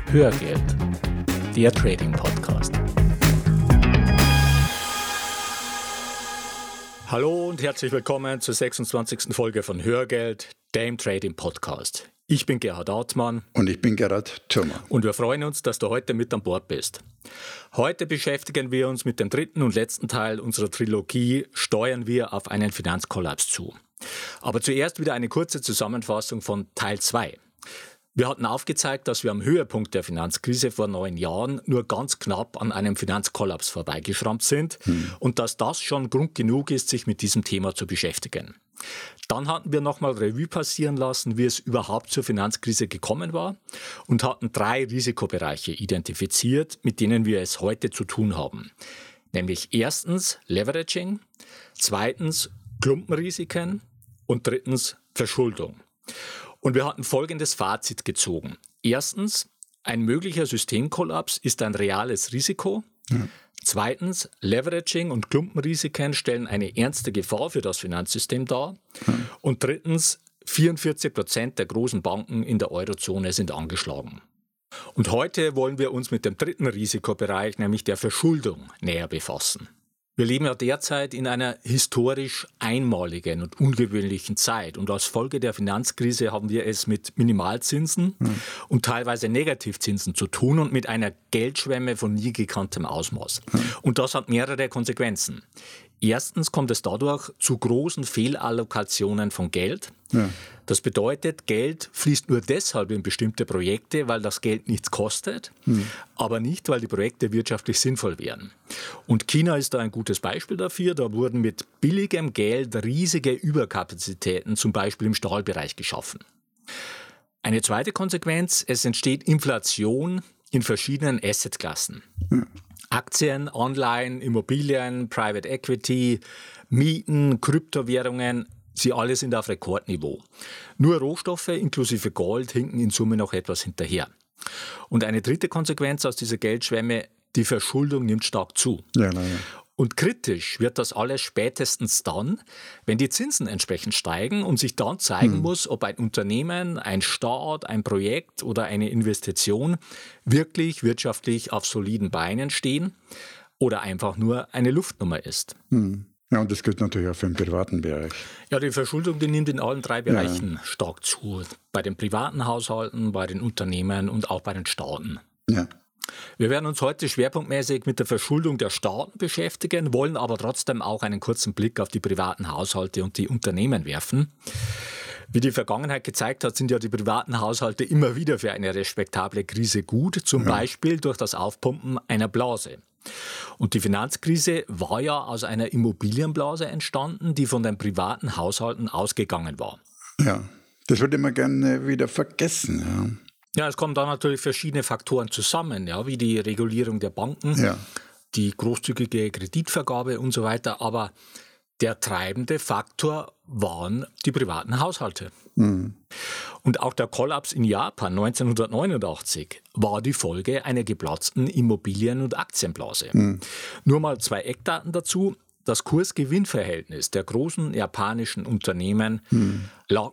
Hörgeld, der Trading-Podcast. Hallo und herzlich willkommen zur 26. Folge von Hörgeld, dem Trading-Podcast. Ich bin Gerhard Artmann. Und ich bin Gerhard Thürmer. Und wir freuen uns, dass du heute mit an Bord bist. Heute beschäftigen wir uns mit dem dritten und letzten Teil unserer Trilogie Steuern wir auf einen Finanzkollaps zu. Aber zuerst wieder eine kurze Zusammenfassung von Teil 2. Wir hatten aufgezeigt, dass wir am Höhepunkt der Finanzkrise vor 9 Jahren nur ganz knapp an einem Finanzkollaps vorbeigeschrammt sind und dass das schon Grund genug ist, sich mit diesem Thema zu beschäftigen. Dann hatten wir nochmal Revue passieren lassen, wie es überhaupt zur Finanzkrise gekommen war und hatten 3 Risikobereiche identifiziert, mit denen wir es heute zu tun haben. Nämlich erstens Leveraging, zweitens Klumpenrisiken und drittens Verschuldung. Und wir hatten folgendes Fazit gezogen. Erstens, ein möglicher Systemkollaps ist ein reales Risiko. Ja. Zweitens, Leveraging und Klumpenrisiken stellen eine ernste Gefahr für das Finanzsystem dar. Ja. Und drittens, 44% der großen Banken in der Eurozone sind angeschlagen. Und heute wollen wir uns mit dem dritten Risikobereich, nämlich der Verschuldung, näher befassen. Wir leben ja derzeit in einer historisch einmaligen und ungewöhnlichen Zeit. Und als Folge der Finanzkrise haben wir es mit Minimalzinsen und teilweise Negativzinsen zu tun und mit einer Geldschwemme von nie gekanntem Ausmaß. Und das hat mehrere Konsequenzen. Erstens kommt es dadurch zu großen Fehlallokationen von Geld. Ja. Das bedeutet, Geld fließt nur deshalb in bestimmte Projekte, weil das Geld nichts kostet, aber nicht, weil die Projekte wirtschaftlich sinnvoll wären. Und China ist da ein gutes Beispiel dafür. Da wurden mit billigem Geld riesige Überkapazitäten, zum Beispiel im Stahlbereich, geschaffen. Eine zweite Konsequenz, es entsteht Inflation in verschiedenen Assetklassen. Ja. Aktien, Anleihen, Immobilien, Private Equity, Mieten, Kryptowährungen, sie alle sind auf Rekordniveau. Nur Rohstoffe inklusive Gold hinken in Summe noch etwas hinterher. Und eine dritte Konsequenz aus dieser Geldschwemme, die Verschuldung nimmt stark zu. Ja. Und kritisch wird das alles spätestens dann, wenn die Zinsen entsprechend steigen und sich dann zeigen muss, ob ein Unternehmen, ein Staat, ein Projekt oder eine Investition wirklich wirtschaftlich auf soliden Beinen stehen oder einfach nur eine Luftnummer ist. Ja, und das gilt natürlich auch für den privaten Bereich. Ja, die Verschuldung, die nimmt in allen 3 Bereichen stark zu. Bei den privaten Haushalten, bei den Unternehmen und auch bei den Staaten. Ja. Wir werden uns heute schwerpunktmäßig mit der Verschuldung der Staaten beschäftigen, wollen aber trotzdem auch einen kurzen Blick auf die privaten Haushalte und die Unternehmen werfen. Wie die Vergangenheit gezeigt hat, sind ja die privaten Haushalte immer wieder für eine respektable Krise gut, zum Beispiel durch das Aufpumpen einer Blase. Und die Finanzkrise war ja aus einer Immobilienblase entstanden, die von den privaten Haushalten ausgegangen war. Ja, das wird immer gerne wieder vergessen, ja. Ja, es kommen da natürlich verschiedene Faktoren zusammen, ja, wie die Regulierung der Banken, die großzügige Kreditvergabe und so weiter. Aber der treibende Faktor waren die privaten Haushalte. Und auch der Kollaps in Japan 1989 war die Folge einer geplatzten Immobilien- und Aktienblase. Nur mal 2 Eckdaten dazu. Das Kurs-Gewinn-Verhältnis der großen japanischen Unternehmen lag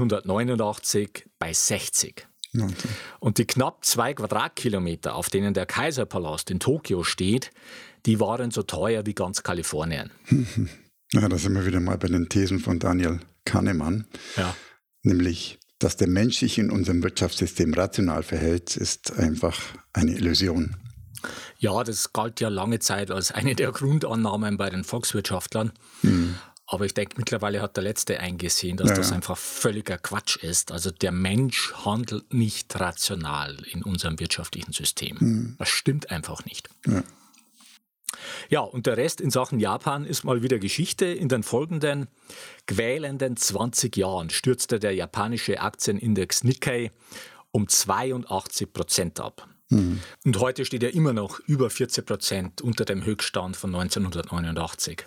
1989 bei 60. Okay. Und die knapp 2 Quadratkilometer, auf denen der Kaiserpalast in Tokio steht, die waren so teuer wie ganz Kalifornien. Ja, da sind wir wieder mal bei den Thesen von Daniel Kahnemann. Ja. Nämlich, dass der Mensch sich in unserem Wirtschaftssystem rational verhält, ist einfach eine Illusion. Ja, das galt ja lange Zeit als eine der Grundannahmen bei den Volkswirtschaftlern. Aber ich denke, mittlerweile hat der Letzte eingesehen, dass das einfach völliger Quatsch ist. Also der Mensch handelt nicht rational in unserem wirtschaftlichen System. Das stimmt einfach nicht. Ja, und der Rest in Sachen Japan ist mal wieder Geschichte. In den folgenden quälenden 20 Jahren stürzte der japanische Aktienindex Nikkei um 82% ab. Und heute steht er immer noch über 40% unter dem Höchststand von 1989.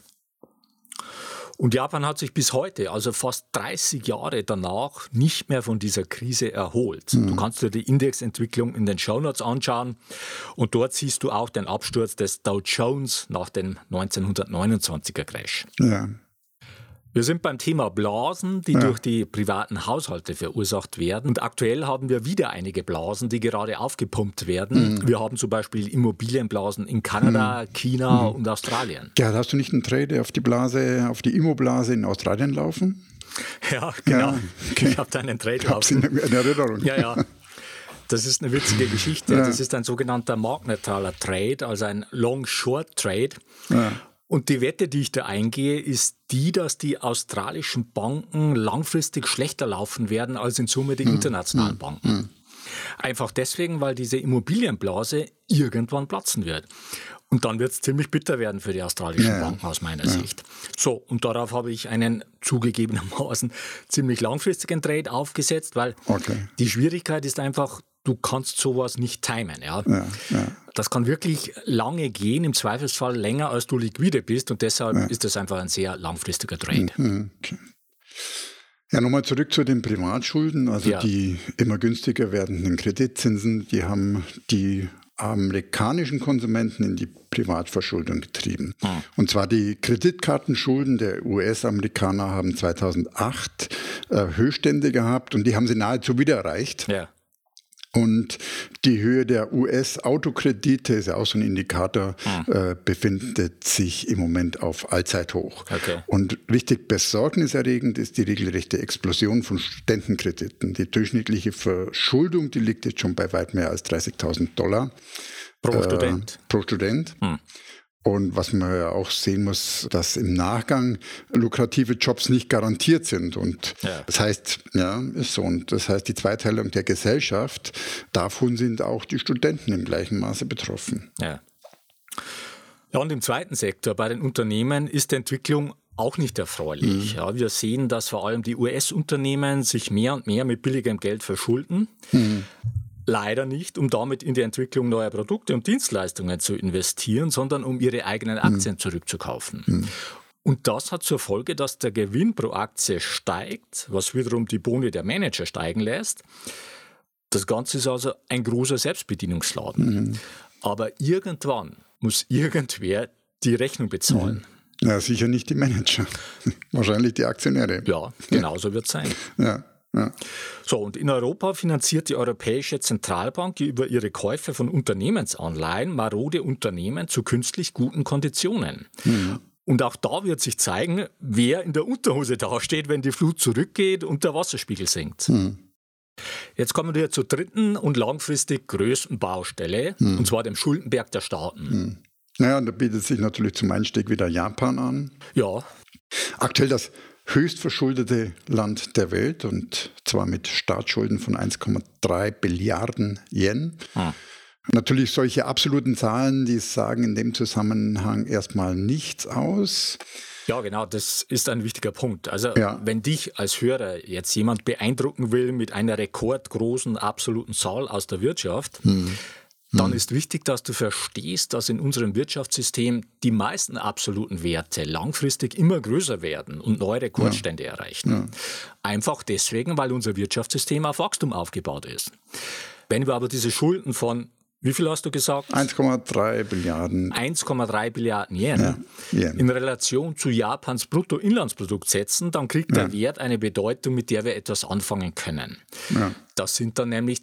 Und Japan hat sich bis heute, also fast 30 Jahre danach, nicht mehr von dieser Krise erholt. Du kannst dir die Indexentwicklung in den Shownotes anschauen und dort siehst du auch den Absturz des Dow Jones nach dem 1929er Crash. Ja. Wir sind beim Thema Blasen, die durch die privaten Haushalte verursacht werden. Und aktuell haben wir wieder einige Blasen, die gerade aufgepumpt werden. Wir haben zum Beispiel Immobilienblasen in Kanada, China und Australien. Ja, hast du nicht einen Trade auf die Immoblase in Australien laufen? Ja, genau. Ja, okay. Ich habe da einen Trade laufen. In Erinnerung. Ja. Das ist eine witzige Geschichte. Ja. Das ist ein sogenannter Magnetaler Trade, also ein Long-Short-Trade. Ja. Und die Wette, die ich da eingehe, ist die, dass die australischen Banken langfristig schlechter laufen werden als in Summe die internationalen Banken. Einfach deswegen, weil diese Immobilienblase irgendwann platzen wird. Und dann wird es ziemlich bitter werden für die australischen Banken aus meiner Sicht. So, und darauf habe ich einen zugegebenermaßen ziemlich langfristigen Trade aufgesetzt, weil die Schwierigkeit ist einfach, du kannst sowas nicht timen. Ja? Das kann wirklich lange gehen, im Zweifelsfall länger, als du liquide bist. Und deshalb ist das einfach ein sehr langfristiger Trade. Okay. Ja, nochmal zurück zu den Privatschulden, also die immer günstiger werdenden Kreditzinsen, die haben die amerikanischen Konsumenten in die Privatverschuldung getrieben. Und zwar die Kreditkartenschulden der US-Amerikaner haben 2008 Höchststände gehabt und die haben sie nahezu wieder erreicht. Ja. Und die Höhe der US-Autokredite, ist ja auch so ein Indikator, befindet sich im Moment auf Allzeithoch. Okay. Und richtig besorgniserregend ist die regelrechte Explosion von Studentenkrediten. Die durchschnittliche Verschuldung, die liegt jetzt schon bei weit mehr als $30.000 pro Student. Und was man ja auch sehen muss, dass im Nachgang lukrative Jobs nicht garantiert sind. Und das heißt, ist so. Und das heißt, die Zweiteilung der Gesellschaft, davon sind auch die Studenten im gleichen Maße betroffen. Ja, und im zweiten Sektor, bei den Unternehmen, ist die Entwicklung auch nicht erfreulich. Ja, wir sehen, dass vor allem die US-Unternehmen sich mehr und mehr mit billigem Geld verschulden. Leider nicht, um damit in die Entwicklung neuer Produkte und Dienstleistungen zu investieren, sondern um ihre eigenen Aktien zurückzukaufen. Und das hat zur Folge, dass der Gewinn pro Aktie steigt, was wiederum die Boni der Manager steigen lässt. Das Ganze ist also ein großer Selbstbedienungsladen. Aber irgendwann muss irgendwer die Rechnung bezahlen. Ja, sicher nicht die Manager, wahrscheinlich die Aktionäre. Ja, genau so wird es sein. Ja. So, und in Europa finanziert die Europäische Zentralbank über ihre Käufe von Unternehmensanleihen marode Unternehmen zu künstlich guten Konditionen. Und auch da wird sich zeigen, wer in der Unterhose dasteht, wenn die Flut zurückgeht und der Wasserspiegel sinkt. Jetzt kommen wir zur dritten und langfristig größten Baustelle, und zwar dem Schuldenberg der Staaten. Naja, da bietet sich natürlich zum Einstieg wieder Japan an. Ja. Aktuell das höchst verschuldete Land der Welt, und zwar mit Staatsschulden von 1,3 Billiarden Yen. Natürlich solche absoluten Zahlen, die sagen in dem Zusammenhang erstmal nichts aus. Ja, genau, das ist ein wichtiger Punkt. Also wenn dich als Hörer jetzt jemand beeindrucken will mit einer rekordgroßen absoluten Zahl aus der Wirtschaft, dann ist wichtig, dass du verstehst, dass in unserem Wirtschaftssystem die meisten absoluten Werte langfristig immer größer werden und neue Rekordstände erreichen. Einfach deswegen, weil unser Wirtschaftssystem auf Wachstum aufgebaut ist. Wenn wir aber diese Schulden von, wie viel hast du gesagt? 1,3 Billiarden. 1,3 Billiarden Yen in Relation zu Japans Bruttoinlandsprodukt setzen, dann kriegt der Wert eine Bedeutung, mit der wir etwas anfangen können. Das sind dann nämlich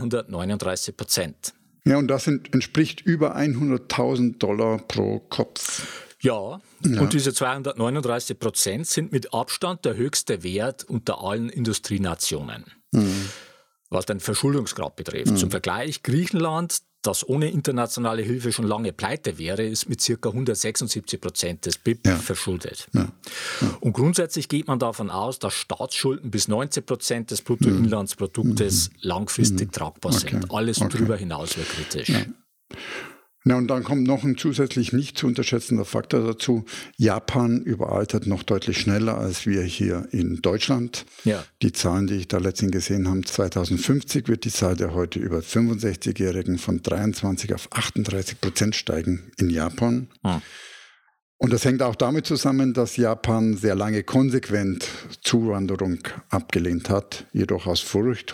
239%. Ja, und das entspricht über $100.000 pro Kopf. Ja, und diese 239% sind mit Abstand der höchste Wert unter allen Industrienationen. Was den Verschuldungsgrad betrifft. Zum Vergleich, Griechenland, das ohne internationale Hilfe schon lange pleite wäre, ist mit ca. 176% des BIP verschuldet. Und grundsätzlich geht man davon aus, dass Staatsschulden bis 19% des Bruttoinlandsproduktes langfristig tragbar sind. Alles darüber hinaus wird kritisch. Na, und dann kommt noch ein zusätzlich nicht zu unterschätzender Faktor dazu. Japan überaltert noch deutlich schneller als wir hier in Deutschland. Die Zahlen, die ich da letztens gesehen habe, 2050 wird die Zahl der heute über 65-Jährigen von 23 auf 38% steigen in Japan. Und das hängt auch damit zusammen, dass Japan sehr lange konsequent Zuwanderung abgelehnt hat. Jedoch aus Furcht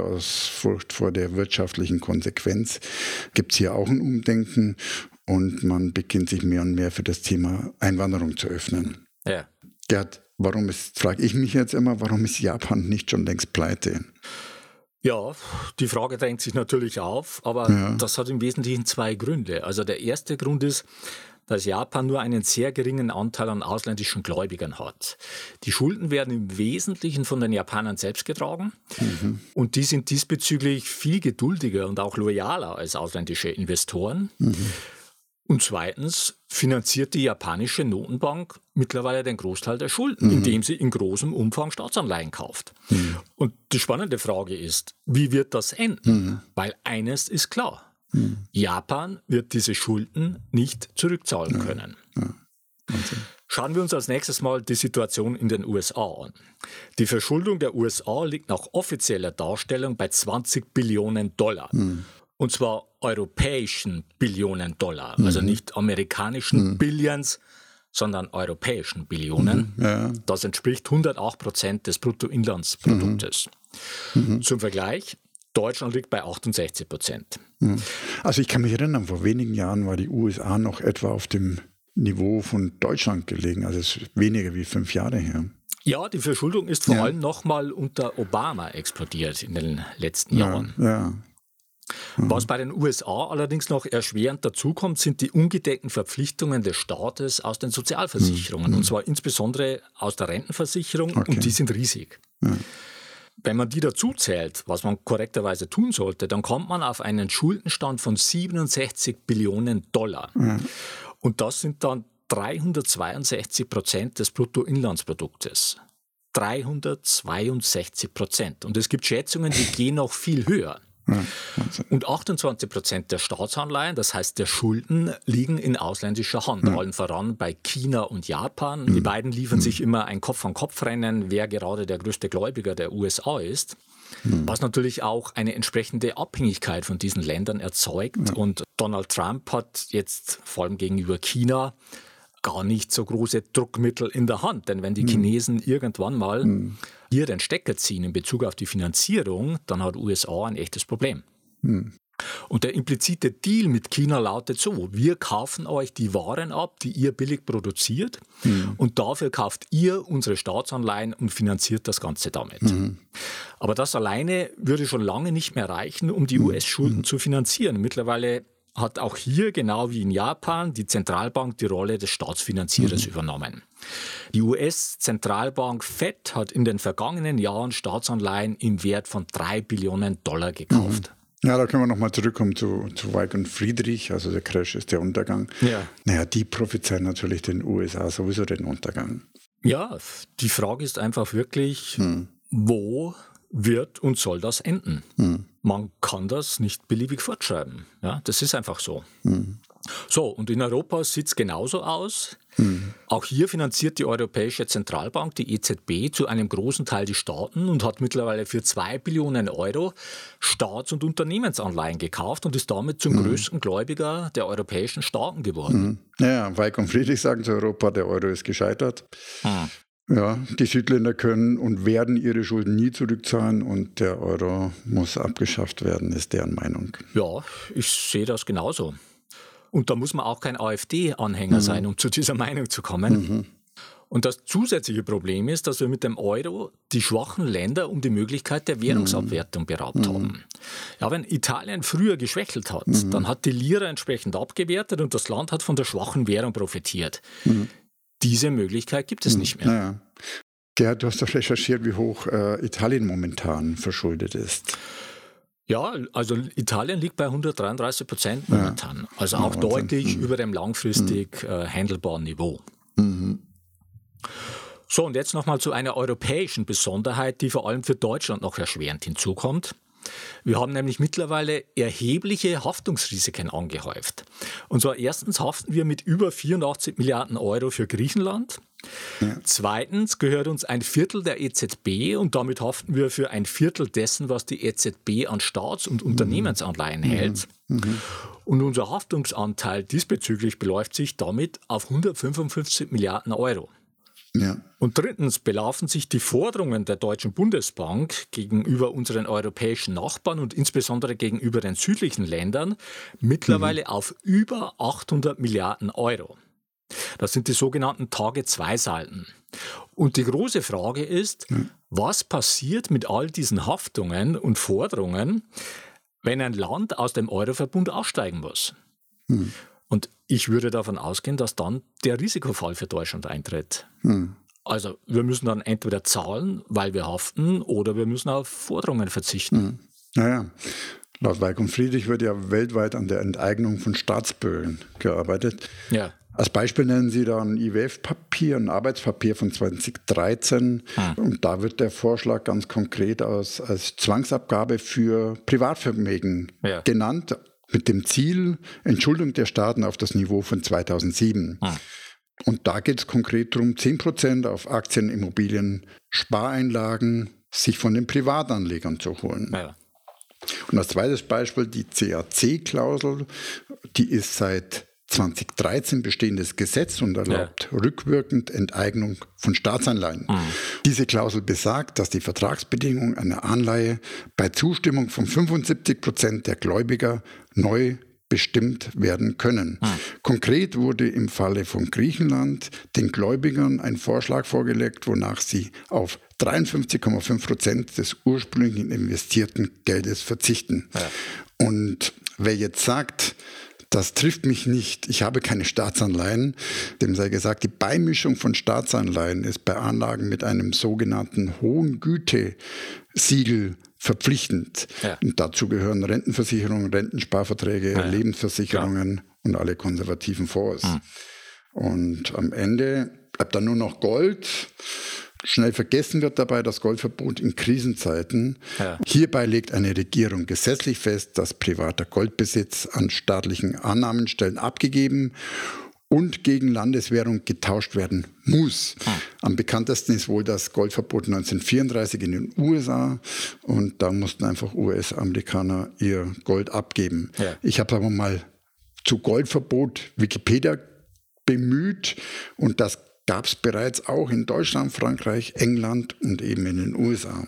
vor der wirtschaftlichen Konsequenz, gibt es hier auch ein Umdenken und man beginnt sich mehr und mehr für das Thema Einwanderung zu öffnen. Gerd, frage ich mich jetzt immer, warum ist Japan nicht schon längst pleite? Ja, die Frage drängt sich natürlich auf, aber das hat im Wesentlichen zwei Gründe. Also der erste Grund ist, dass Japan nur einen sehr geringen Anteil an ausländischen Gläubigern hat. Die Schulden werden im Wesentlichen von den Japanern selbst getragen und die sind diesbezüglich viel geduldiger und auch loyaler als ausländische Investoren. Und zweitens finanziert die japanische Notenbank mittlerweile den Großteil der Schulden, indem sie in großem Umfang Staatsanleihen kauft. Und die spannende Frage ist, wie wird das enden? Weil eines ist klar. Japan wird diese Schulden nicht zurückzahlen können. Schauen wir uns als nächstes mal die Situation in den USA an. Die Verschuldung der USA liegt nach offizieller Darstellung bei 20 Billionen Dollar. Und zwar europäischen Billionen Dollar, also nicht amerikanischen Billions, sondern europäischen Billionen. Das entspricht 108% des Bruttoinlandsproduktes. Zum Vergleich, Deutschland liegt bei 68%. Also ich kann mich erinnern, vor wenigen Jahren war die USA noch etwa auf dem Niveau von Deutschland gelegen, also es ist weniger wie 5 Jahre her. Ja, die Verschuldung ist vor allem nochmal unter Obama explodiert in den letzten Jahren. Was bei den USA allerdings noch erschwerend dazukommt, sind die ungedeckten Verpflichtungen des Staates aus den Sozialversicherungen, und zwar insbesondere aus der Rentenversicherung, und die sind riesig. Wenn man die dazu zählt, was man korrekterweise tun sollte, dann kommt man auf einen Schuldenstand von 67 Billionen Dollar. Und das sind dann 362% des Bruttoinlandsproduktes. 362%. Und es gibt Schätzungen, die gehen noch viel höher. Und 28% der Staatsanleihen, das heißt der Schulden, liegen in ausländischer Hand, allen voran bei China und Japan. Die beiden liefern sich immer ein Kopf-an-Kopf-Rennen, wer gerade der größte Gläubiger der USA ist. Was natürlich auch eine entsprechende Abhängigkeit von diesen Ländern erzeugt. Und Donald Trump hat jetzt vor allem gegenüber China gar nicht so große Druckmittel in der Hand. Denn wenn die Chinesen irgendwann mal hier den Stecker ziehen in Bezug auf die Finanzierung, dann hat USA ein echtes Problem. Und der implizite Deal mit China lautet so: Wir kaufen euch die Waren ab, die ihr billig produziert, und dafür kauft ihr unsere Staatsanleihen und finanziert das Ganze damit. Aber das alleine würde schon lange nicht mehr reichen, um die US-Schulden zu finanzieren. Mittlerweile hat auch hier, genau wie in Japan, die Zentralbank die Rolle des Staatsfinanzierers übernommen. Die US-Zentralbank Fed hat in den vergangenen Jahren Staatsanleihen im Wert von 3 Billionen Dollar gekauft. Ja, da können wir nochmal zurückkommen zu Weig und Friedrich, also der Crash ist der Untergang. Naja, die prophezeien natürlich den USA sowieso den Untergang. Ja, die Frage ist einfach wirklich, wo wird und soll das enden? Man kann das nicht beliebig fortschreiben. Ja, das ist einfach so. So, und in Europa sieht es genauso aus. Auch hier finanziert die Europäische Zentralbank, die EZB, zu einem großen Teil die Staaten und hat mittlerweile für 2 Billionen Euro Staats- und Unternehmensanleihen gekauft und ist damit zum größten Gläubiger der europäischen Staaten geworden. Ja, Weig und Friedrich sagen zu Europa, der Euro ist gescheitert. Ja, die Südländer können und werden ihre Schulden nie zurückzahlen und der Euro muss abgeschafft werden, ist deren Meinung. Ja, ich sehe das genauso. Und da muss man auch kein AfD-Anhänger sein, um zu dieser Meinung zu kommen. Und das zusätzliche Problem ist, dass wir mit dem Euro die schwachen Länder um die Möglichkeit der Währungsabwertung beraubt haben. Ja, wenn Italien früher geschwächelt hat, dann hat die Lira entsprechend abgewertet und das Land hat von der schwachen Währung profitiert. Diese Möglichkeit gibt es nicht mehr. Ja. Gerhard, du hast doch recherchiert, wie hoch Italien momentan verschuldet ist. Ja, also Italien liegt bei 133% momentan. Also auch deutlich über dem langfristig handelbaren Niveau. So, und jetzt nochmal zu einer europäischen Besonderheit, die vor allem für Deutschland noch erschwerend hinzukommt. Wir haben nämlich mittlerweile erhebliche Haftungsrisiken angehäuft. Und zwar erstens haften wir mit über 84 Milliarden Euro für Griechenland. Zweitens gehört uns ein Viertel der EZB und damit haften wir für ein Viertel dessen, was die EZB an Staats- und Unternehmensanleihen hält. Und unser Haftungsanteil diesbezüglich beläuft sich damit auf 155 Milliarden Euro. Und drittens belaufen sich die Forderungen der Deutschen Bundesbank gegenüber unseren europäischen Nachbarn und insbesondere gegenüber den südlichen Ländern mittlerweile auf über 800 Milliarden Euro. Das sind die sogenannten Tage-2-Salden. Und die große Frage ist, was passiert mit all diesen Haftungen und Forderungen, wenn ein Land aus dem Euroverbund aussteigen muss? Und ich würde davon ausgehen, dass dann der Risikofall für Deutschland eintritt. Also wir müssen dann entweder zahlen, weil wir haften, oder wir müssen auf Forderungen verzichten. Naja, laut Weig und Friedrich wird ja weltweit an der Enteignung von Staatsbürgern gearbeitet. Ja. Als Beispiel nennen Sie da ein IWF-Papier, ein Arbeitspapier von 2013. Und da wird der Vorschlag ganz konkret als Zwangsabgabe für Privatvermögen genannt, mit dem Ziel Entschuldung der Staaten auf das Niveau von 2007. Und da geht es konkret darum, 10% auf Aktien, Immobilien, Spareinlagen sich von den Privatanlegern zu holen. Ja. Und als zweites Beispiel die CAC-Klausel, die ist seit 2013 bestehendes Gesetz und erlaubt rückwirkend Enteignung von Staatsanleihen. Diese Klausel besagt, dass die Vertragsbedingungen einer Anleihe bei Zustimmung von 75% der Gläubiger neu bestimmt werden können. Konkret wurde im Falle von Griechenland den Gläubigern ein Vorschlag vorgelegt, wonach sie auf 53,5% des ursprünglich investierten Geldes verzichten. Und wer jetzt sagt, das trifft mich nicht, ich habe keine Staatsanleihen, dem sei gesagt, die Beimischung von Staatsanleihen ist bei Anlagen mit einem sogenannten hohen Gütesiegel verpflichtend. Und dazu gehören Rentenversicherungen, Rentensparverträge, Lebensversicherungen und alle konservativen Fonds. Und am Ende bleibt dann nur noch Gold. Schnell vergessen wird dabei das Goldverbot in Krisenzeiten. Hierbei legt eine Regierung gesetzlich fest, dass privater Goldbesitz an staatlichen Annahmenstellen abgegeben und gegen Landeswährung getauscht werden muss. Am bekanntesten ist wohl das Goldverbot 1934 in den USA, und da mussten einfach US-Amerikaner ihr Gold abgeben. Ich habe aber mal zu Goldverbot Wikipedia bemüht, und das gab es bereits auch in Deutschland, Frankreich, England und eben in den USA.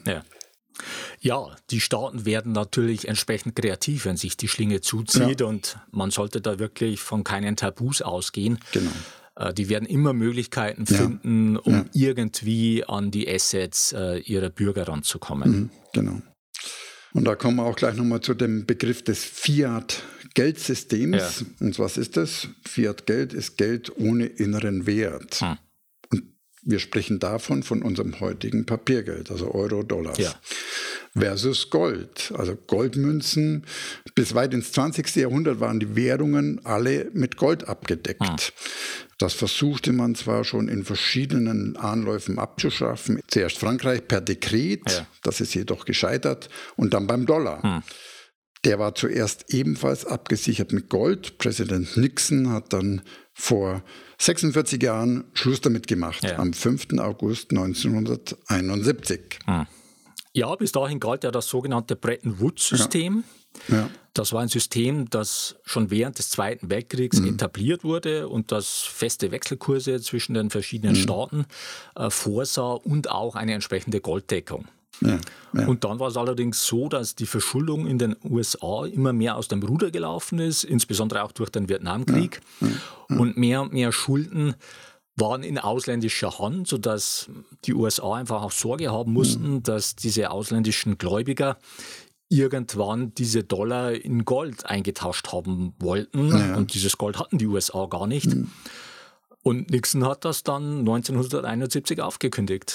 Ja, die Staaten werden natürlich entsprechend kreativ, wenn sich die Schlinge zuzieht, und man sollte da wirklich von keinen Tabus ausgehen. Genau. Die werden immer Möglichkeiten finden, um irgendwie an die Assets ihrer Bürger ranzukommen. Genau. Und da kommen wir auch gleich nochmal zu dem Begriff des Fiat-Geldsystems. Und was ist das? Fiat-Geld ist Geld ohne inneren Wert. Und wir sprechen davon von unserem heutigen Papiergeld, also Euro, Dollars. Versus Gold. Also Goldmünzen. Bis weit ins 20. Jahrhundert waren die Währungen alle mit Gold abgedeckt. Das versuchte man zwar schon in verschiedenen Anläufen abzuschaffen. Zuerst Frankreich per Dekret, das ist jedoch gescheitert, und dann beim Dollar. Der war zuerst ebenfalls abgesichert mit Gold. Präsident Nixon hat dann vor 46 Jahren Schluss damit gemacht, am 5. August 1971. Ja, bis dahin galt ja das sogenannte Bretton Woods-System. Das war ein System, das schon während des Zweiten Weltkriegs etabliert wurde und das feste Wechselkurse zwischen den verschiedenen Staaten vorsah und auch eine entsprechende Golddeckung. Und dann war es allerdings so, dass die Verschuldung in den USA immer mehr aus dem Ruder gelaufen ist, insbesondere auch durch den Vietnamkrieg. Und mehr Schulden waren in ausländischer Hand, sodass die USA einfach auch Sorge haben mussten, dass diese ausländischen Gläubiger irgendwann diese Dollar in Gold eingetauscht haben wollten. Und dieses Gold hatten die USA gar nicht. Und Nixon hat das dann 1971 aufgekündigt.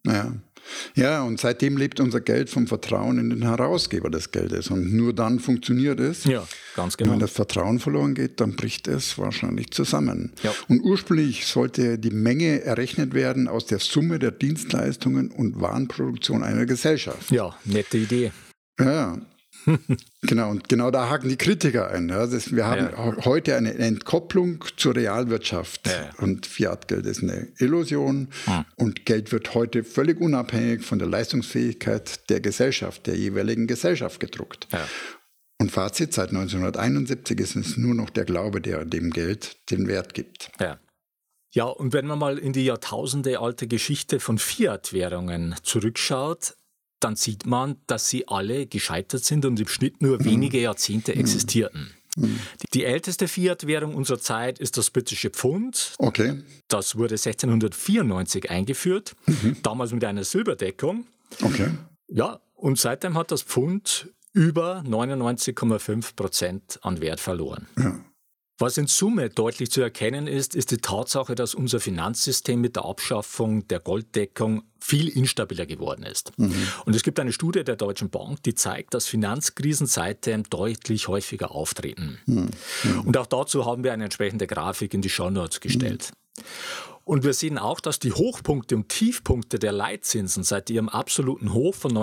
Ja, und seitdem lebt unser Geld vom Vertrauen in den Herausgeber des Geldes. Und nur dann funktioniert es. Ja, ganz genau. Wenn das Vertrauen verloren geht, dann bricht es wahrscheinlich zusammen. Und ursprünglich sollte die Menge errechnet werden aus der Summe der Dienstleistungen und Warenproduktion einer Gesellschaft. Ja, nette Idee. Ja, genau. Und genau da haken die Kritiker ein. Wir haben heute eine Entkopplung zur Realwirtschaft. Und Fiat-Geld ist eine Illusion. Und Geld wird heute völlig unabhängig von der Leistungsfähigkeit der Gesellschaft, der jeweiligen Gesellschaft gedruckt. Und Fazit, seit 1971 ist es nur noch der Glaube, der dem Geld den Wert gibt. Ja, und wenn man mal in die Jahrtausende alte Geschichte von Fiat-Währungen zurückschaut, dann sieht man, dass sie alle gescheitert sind und im Schnitt nur wenige Jahrzehnte existierten. Die älteste Fiat-Währung unserer Zeit ist das britische Pfund. Okay. Das wurde 1694 eingeführt, damals mit einer Silberdeckung. Okay. Ja, und seitdem hat das Pfund über 99,5% an Wert verloren. Ja. Was in Summe deutlich zu erkennen ist, ist die Tatsache, dass unser Finanzsystem mit der Abschaffung der Golddeckung viel instabiler geworden ist. Und es gibt eine Studie der Deutschen Bank, die zeigt, dass Finanzkrisen seitdem deutlich häufiger auftreten. Und auch dazu haben wir eine entsprechende Grafik in die Shownotes gestellt. Und wir sehen auch, dass die Hochpunkte und Tiefpunkte der Leitzinsen seit ihrem absoluten Hoch von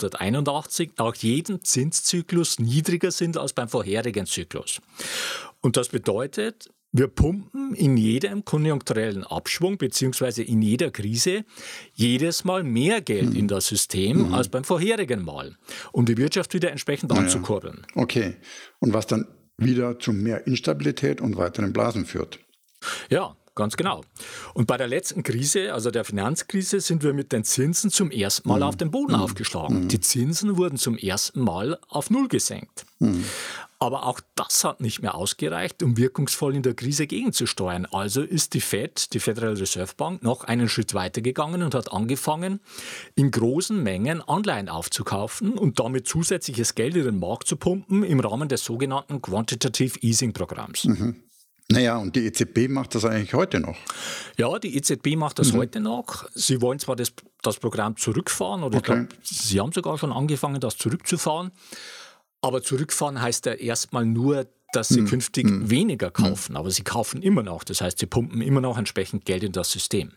1981 nach jedem Zinszyklus niedriger sind als beim vorherigen Zyklus. Und das bedeutet, wir pumpen in jedem konjunkturellen Abschwung bzw. in jeder Krise jedes Mal mehr Geld in das System als beim vorherigen Mal, um die Wirtschaft wieder entsprechend anzukurbeln. Okay. Und was dann wieder zu mehr Instabilität und weiteren Blasen führt. Ja, ganz genau. Und bei der letzten Krise, also der Finanzkrise, sind wir mit den Zinsen zum ersten Mal auf den Boden aufgeschlagen. Die Zinsen wurden zum ersten Mal auf Null gesenkt. Aber auch das hat nicht mehr ausgereicht, um wirkungsvoll in der Krise gegenzusteuern. Also ist die Fed, die Federal Reserve Bank, noch einen Schritt weiter gegangen und hat angefangen, in großen Mengen Anleihen aufzukaufen und damit zusätzliches Geld in den Markt zu pumpen im Rahmen des sogenannten Quantitative Easing Programms. Naja, und die EZB macht das eigentlich heute noch. Ja, die EZB macht das heute noch. Sie wollen zwar das Programm zurückfahren, oder ich glaube, sie haben sogar schon angefangen, das zurückzufahren. Aber zurückfahren heißt ja erstmal nur, dass sie künftig weniger kaufen. Aber sie kaufen immer noch. Das heißt, sie pumpen immer noch entsprechend Geld in das System.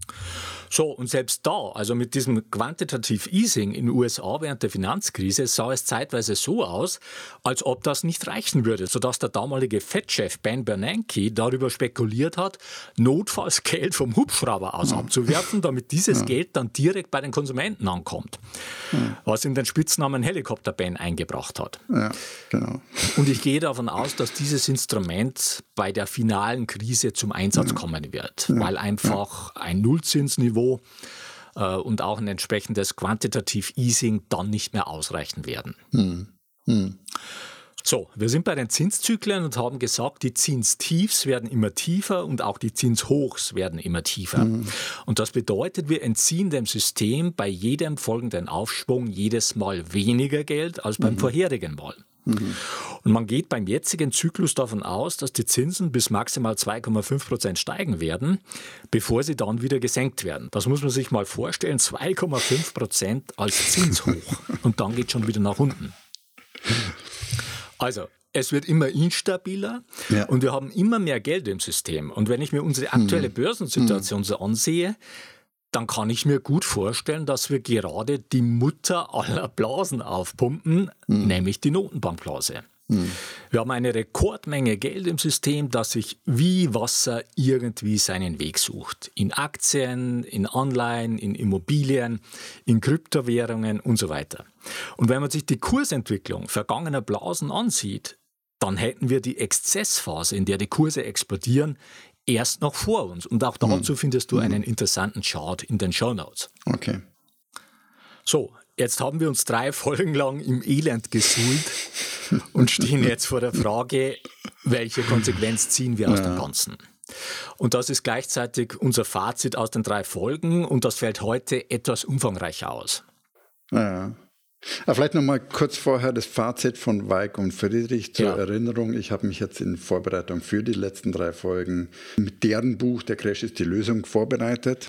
So, und selbst da, also mit diesem Quantitative Easing in den USA während der Finanzkrise, sah es zeitweise so aus, als ob das nicht reichen würde, sodass der damalige Fed-Chef Ben Bernanke darüber spekuliert hat, notfalls Geld vom Hubschrauber aus abzuwerfen, damit dieses Geld dann direkt bei den Konsumenten ankommt. Was in den Spitznamen Helikopter Ben eingebracht hat. Ja, genau. Und ich gehe davon aus, dass dieses Instrument bei der finalen Krise zum Einsatz kommen wird, weil einfach ein Nullzinsniveau und auch ein entsprechendes Quantitative Easing dann nicht mehr ausreichen werden. So, wir sind bei den Zinszyklen und haben gesagt, die Zinstiefs werden immer tiefer und auch die Zinshochs werden immer tiefer. Und das bedeutet, wir entziehen dem System bei jedem folgenden Aufschwung jedes Mal weniger Geld als beim vorherigen Mal. Und man geht beim jetzigen Zyklus davon aus, dass die Zinsen bis maximal 2,5% steigen werden, bevor sie dann wieder gesenkt werden. Das muss man sich mal vorstellen, 2,5% als Zinshoch. Und dann geht es schon wieder nach unten. Also, es wird immer instabiler und wir haben immer mehr Geld im System. Und wenn ich mir unsere aktuelle Börsensituation so ansehe, dann kann ich mir gut vorstellen, dass wir gerade die Mutter aller Blasen aufpumpen, nämlich die Notenbankblase. Wir haben eine Rekordmenge Geld im System, das sich wie Wasser irgendwie seinen Weg sucht. In Aktien, in Anleihen, in Immobilien, in Kryptowährungen und so weiter. Und wenn man sich die Kursentwicklung vergangener Blasen ansieht, dann hätten wir die Exzessphase, in der die Kurse explodieren, erst noch vor uns. Und auch dazu findest du einen interessanten Chart in den Shownotes. Okay. So, jetzt haben wir uns 3 Folgen lang im Elend gesuhlt und stehen jetzt vor der Frage, welche Konsequenz ziehen wir aus dem Ganzen? Und das ist gleichzeitig unser Fazit aus den 3 Folgen und das fällt heute etwas umfangreicher aus. Ja. Aber vielleicht noch mal kurz vorher das Fazit von Weig und Friedrich zur Erinnerung. Ich habe mich jetzt in Vorbereitung für die letzten 3 Folgen mit deren Buch Der Crash ist die Lösung vorbereitet.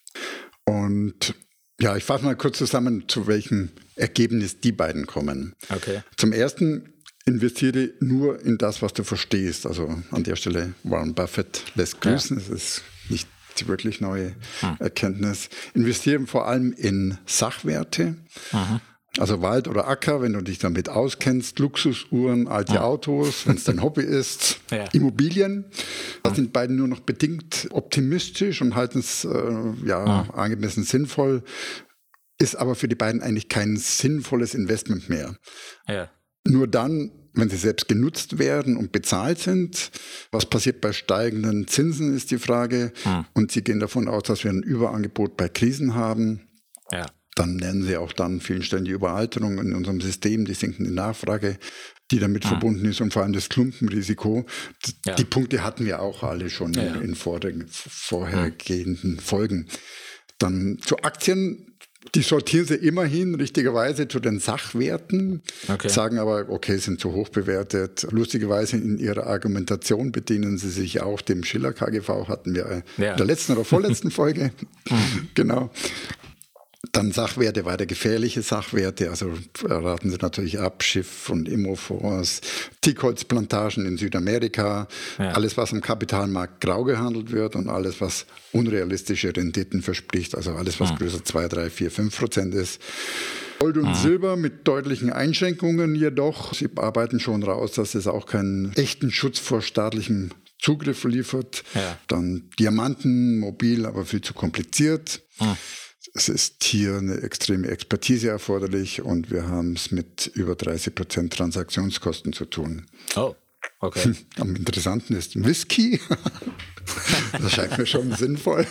Und ja, ich fasse mal kurz zusammen, zu welchem Ergebnis die beiden kommen. Okay. Zum Ersten, investiere nur in das, was du verstehst. Also an der Stelle Warren Buffett lässt grüßen. Das ist nicht die wirklich neue Erkenntnis. Investiere vor allem in Sachwerte. Also Wald oder Acker, wenn du dich damit auskennst, Luxusuhren, alte Autos, wenn es dein Hobby ist, Immobilien. Das sind beide nur noch bedingt optimistisch und halten es angemessen sinnvoll, ist aber für die beiden eigentlich kein sinnvolles Investment mehr. Ja. Nur dann, wenn sie selbst genutzt werden und bezahlt sind. Was passiert bei steigenden Zinsen, ist die Frage. Und sie gehen davon aus, dass wir ein Überangebot bei Krisen haben. Ja. Dann nennen sie auch dann vielen Stellen die Überalterung in unserem System, die sinkende Nachfrage. die damit verbunden ist und vor allem das Klumpenrisiko. Die Punkte hatten wir auch alle schon in vorhergehenden Folgen. Dann zu Aktien. Die sortieren sie immerhin richtigerweise zu den Sachwerten, sagen aber, okay, sind zu hoch bewertet. Lustigerweise in ihrer Argumentation bedienen sie sich auch dem Schiller KGV, hatten wir in der letzten oder vorletzten Folge. Genau. Dann Sachwerte, weiter gefährliche Sachwerte, also raten Sie natürlich ab, Schiff- und Immofonds, Teakholzplantagen in Südamerika, alles, was am Kapitalmarkt grau gehandelt wird und alles, was unrealistische Renditen verspricht, also alles, was größer 2, 3, 4, 5% ist. Gold und Silber mit deutlichen Einschränkungen jedoch. Sie arbeiten schon raus, dass es auch keinen echten Schutz vor staatlichem Zugriff liefert. Dann Diamanten, mobil, aber viel zu kompliziert. Es ist hier eine extreme Expertise erforderlich und wir haben es mit über 30% Transaktionskosten zu tun. Oh, okay. Am interessanten ist Whisky. Das scheint mir schon sinnvoll.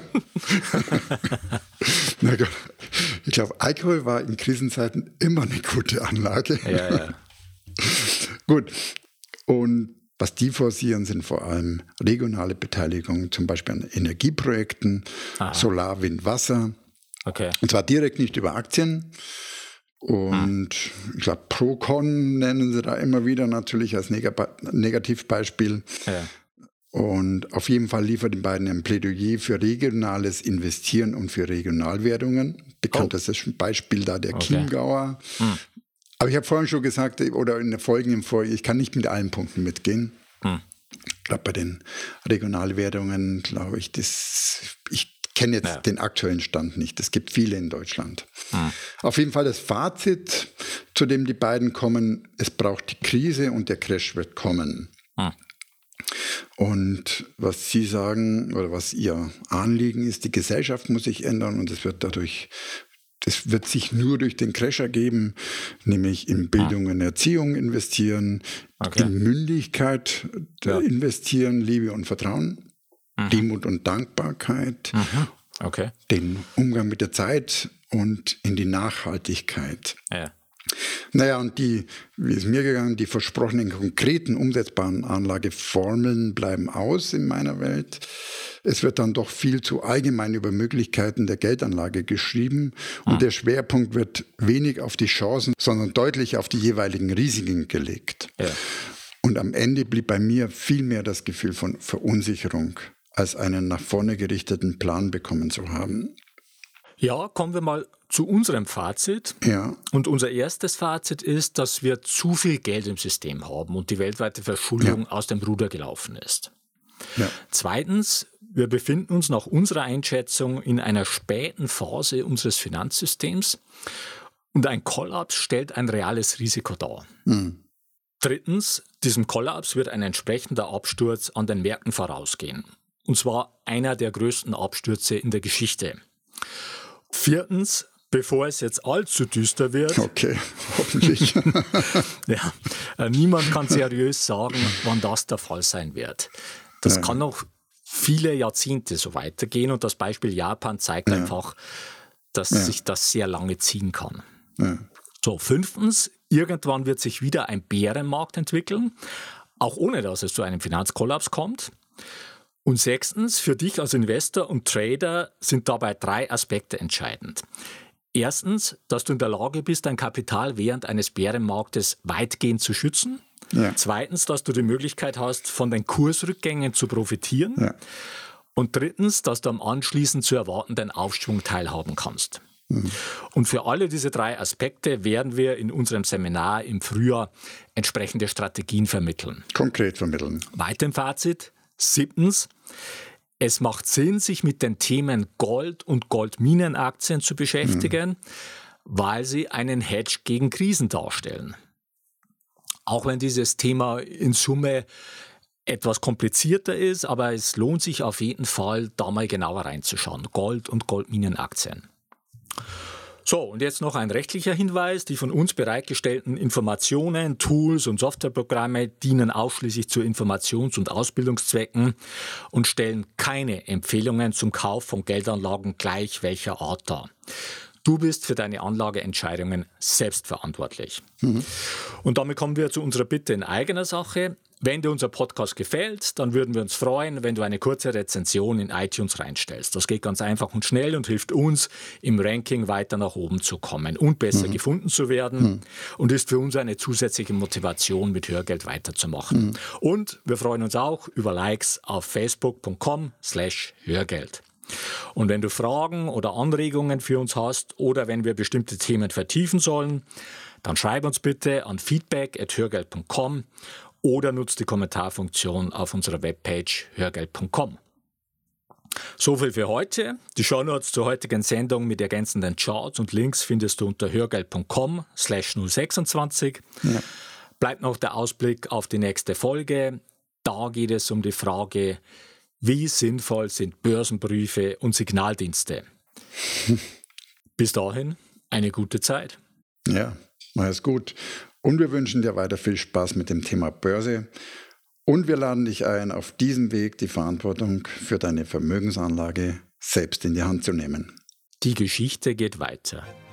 Na gut. Ich glaube, Alkohol war in Krisenzeiten immer eine gute Anlage. Ja. Gut. Und was die forcieren, sind vor allem regionale Beteiligung, zum Beispiel an Energieprojekten, Solar, Wind, Wasser. Okay. Und zwar direkt nicht über Aktien. Und ich glaube, Procon nennen sie da immer wieder natürlich als Negativbeispiel. Ja. Und auf jeden Fall liefert den beiden ein Plädoyer für regionales Investieren und für Regionalwährungen. Bekanntestes Beispiel da der Chiemgauer. Aber ich habe vorhin schon gesagt, oder in der folgenden Folge, ich kann nicht mit allen Punkten mitgehen. Gerade bei den Regionalwährungen, glaube ich, ich kenne jetzt den aktuellen Stand nicht. Es gibt viele in Deutschland. Auf jeden Fall das Fazit, zu dem die beiden kommen, es braucht die Krise und der Crash wird kommen. Und was Sie sagen oder was Ihr Anliegen ist, die Gesellschaft muss sich ändern und es wird sich nur durch den Crash ergeben, nämlich in Bildung und Erziehung investieren, in Mündigkeit investieren, Liebe und Vertrauen, Demut und Dankbarkeit, den Umgang mit der Zeit und in die Nachhaltigkeit. Ja. Naja, und wie ist mir gegangen, die versprochenen konkreten, umsetzbaren Anlageformeln bleiben aus in meiner Welt. Es wird dann doch viel zu allgemein über Möglichkeiten der Geldanlage geschrieben und der Schwerpunkt wird wenig auf die Chancen, sondern deutlich auf die jeweiligen Risiken gelegt. Ja. Und am Ende blieb bei mir viel mehr das Gefühl von Verunsicherung, als einen nach vorne gerichteten Plan bekommen zu haben. Ja, kommen wir mal zu unserem Fazit. Ja. Und unser erstes Fazit ist, dass wir zu viel Geld im System haben und die weltweite Verschuldung aus dem Ruder gelaufen ist. Ja. Zweitens, wir befinden uns nach unserer Einschätzung in einer späten Phase unseres Finanzsystems und ein Kollaps stellt ein reales Risiko dar. Drittens, diesem Kollaps wird ein entsprechender Absturz an den Märkten vorausgehen. Und zwar einer der größten Abstürze in der Geschichte. Viertens, bevor es jetzt allzu düster wird. Okay, hoffentlich. Niemand kann seriös sagen, wann das der Fall sein wird. Das kann noch viele Jahrzehnte so weitergehen und das Beispiel Japan zeigt einfach, dass sich das sehr lange ziehen kann. Ja. So, fünftens, irgendwann wird sich wieder ein Bärenmarkt entwickeln, auch ohne dass es zu einem Finanzkollaps kommt. Und sechstens, für dich als Investor und Trader sind dabei 3 Aspekte entscheidend. Erstens, dass du in der Lage bist, dein Kapital während eines Bärenmarktes weitgehend zu schützen. Ja. Zweitens, dass du die Möglichkeit hast, von den Kursrückgängen zu profitieren. Ja. Und drittens, dass du am anschließend zu erwartenden Aufschwung teilhaben kannst. Und für alle diese 3 Aspekte werden wir in unserem Seminar im Frühjahr entsprechende Strategien vermitteln. Konkret vermitteln. Weiter im Fazit. 7. Es macht Sinn, sich mit den Themen Gold und Goldminenaktien zu beschäftigen, weil sie einen Hedge gegen Krisen darstellen. Auch wenn dieses Thema in Summe etwas komplizierter ist, aber es lohnt sich auf jeden Fall, da mal genauer reinzuschauen. Gold und Goldminenaktien. So, und jetzt noch ein rechtlicher Hinweis. Die von uns bereitgestellten Informationen, Tools und Softwareprogramme dienen ausschließlich zu Informations- und Ausbildungszwecken und stellen keine Empfehlungen zum Kauf von Geldanlagen gleich welcher Art dar. Du bist für deine Anlageentscheidungen selbst verantwortlich. Und damit kommen wir zu unserer Bitte in eigener Sache. Wenn dir unser Podcast gefällt, dann würden wir uns freuen, wenn du eine kurze Rezension in iTunes reinstellst. Das geht ganz einfach und schnell und hilft uns, im Ranking weiter nach oben zu kommen und besser gefunden zu werden und ist für uns eine zusätzliche Motivation, mit Hörgeld weiterzumachen. Und wir freuen uns auch über Likes auf facebook.com/Hörgeld. Und wenn du Fragen oder Anregungen für uns hast oder wenn wir bestimmte Themen vertiefen sollen, dann schreib uns bitte an feedback@hörgeld.com oder nutzt die Kommentarfunktion auf unserer Webpage hörgeld.com. So viel für heute. Die Shownotes zur heutigen Sendung mit ergänzenden Charts und Links findest du unter hörgeld.com/026. Ja. Bleibt noch der Ausblick auf die nächste Folge. Da geht es um die Frage, wie sinnvoll sind Börsenbriefe und Signaldienste? Bis dahin, eine gute Zeit. Ja, mach es gut. Und wir wünschen dir weiter viel Spaß mit dem Thema Börse. Und wir laden dich ein, auf diesem Weg die Verantwortung für deine Vermögensanlage selbst in die Hand zu nehmen. Die Geschichte geht weiter.